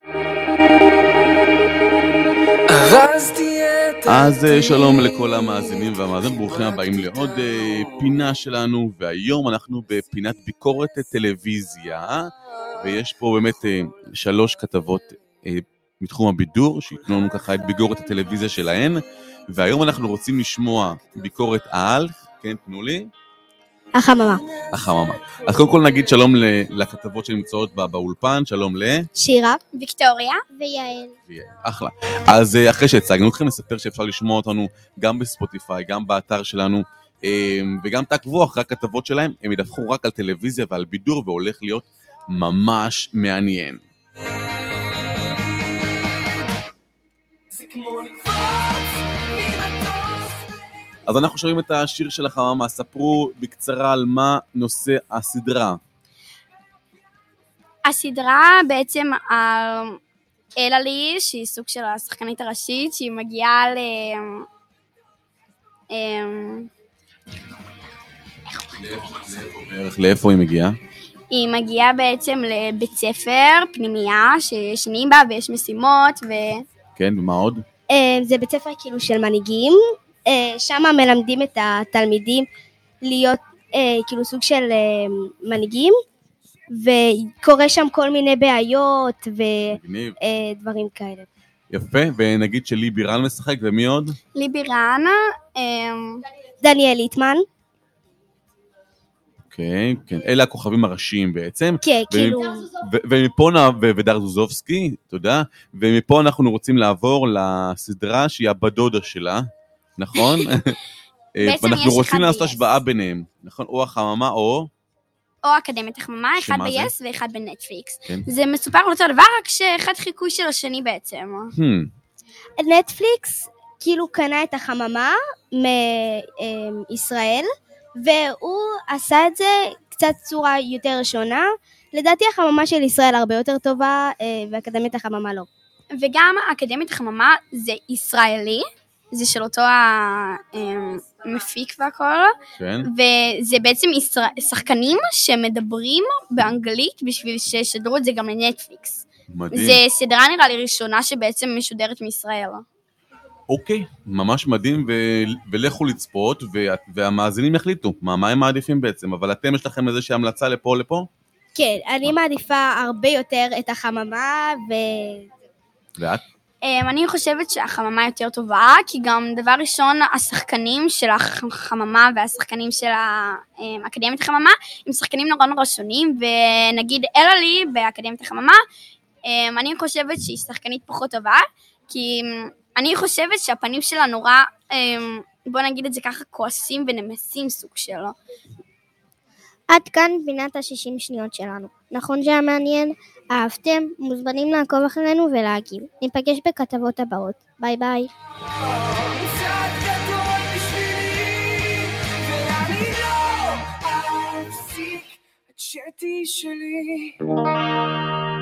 אז שלום לכל המאזינים והמאזינים, ברוכים הבאים לעוד פינה שלנו, והיום אנחנו בפינת ביקורת טלוויזיה, ויש פה באמת 3 כתבות מתחום הבידור, שיתנו לנו ככה את ביקורת הטלוויזיה שלהן, והיום אנחנו רוצים לשמוע ביקורת על, כן, תנו לי. החממה. אז קודם כל נגיד שלום לכתבות שנמצאות באולפן, שלום שירה, ויקטוריה ויעל. אחלה. אז אחרי שהצגנו אתכם, נספר שאפשר לשמוע אותנו גם בספוטיפיי, גם באתר שלנו, וגם תעקבו אחרי הכתבות שלהם, הם ידווחו רק על טלוויזיה ועל בידור, והולך להיות ממש מעניין. אז אנחנו שומעים את השיר של החממה, ספרו בקצרה על מה נושא הסדרה. הסדרה בעצם על אללי, שהיא סוג של השחקנית הראשית, שהיא מגיעה לאיפה היא מגיעה? היא מגיעה בעצם לבית ספר, פנימייה, שישנים בה ויש משימות כן, ומה עוד? זה בית ספר כאילו של מנהיגים, שם מלמדים את התלמידים להיות כאילו סוג של מנהיגים, וקורה שם כל מיני בעיות ודברים כאלה. יפה, ונגיד שלי בירן משחק, ומי עוד? לי בירן, דניאל ליטמן. כן, כן, אלה הכוכבים הראשיים בעצם. כן, כאילו. ומפה, ודר זוזובסקי, תודה, ומפה אנחנו רוצים לעבור לסדרה שהיא הבדודה שלה, נכון? ואנחנו רוצים לעשות השוואה ביניהם, נכון? או החממה או אקדמיית החממה, אחד ב-yes ואחד בנטפליקס. זה מסופר על אותו דבר, רק שאחד חיקוי של השני בעצם. נטפליקס כאילו קנה את החממה מישראל, והוא עשה את זה קצת צורה יותר שונה. לדעתי החממה של ישראל הרבה יותר טובה, ואקדמיית החממה לא. וגם אקדמיית החממה זה ישראלי, זה של אותו המפיק והכל, כן. וזה בעצם שחקנים שמדברים באנגלית בשביל ששדרו את זה גם לנטפליקס. מדהים. זה סדרה נראה לי ראשונה שבעצם משודרת מישראל. אוקיי, ממש מדהים, ולכו לצפות, והמאזינים יחליטו מה הם מעדיפים בעצם, אבל אתם יש לכם איזושהי המלצה לפה או לפה? כן, אני מעדיפה הרבה יותר את החממה, ואת? אני חושבת שהחממה יותר טובה, כי גם דבר ראשון, השחקנים של החממה והשחקנים של האקדמיית החממה, הם שחקנים נורא שונים, ונגיד אללי באקדמיית החממה, אני חושבת שהיא שחקנית פחות טובה, כי אני חושבת שהפנים שלה נורא, בוא נגיד את זה ככה, כועסים ונמסים סוג שלו. עד כאן פינת ה-60 שניות שלנו. נכון שהיה מעניין? אהבתם? מוזמנים לעקוב אחרינו ולהגיב. ניפגש בכתבות הבאות. ביי ביי. שלי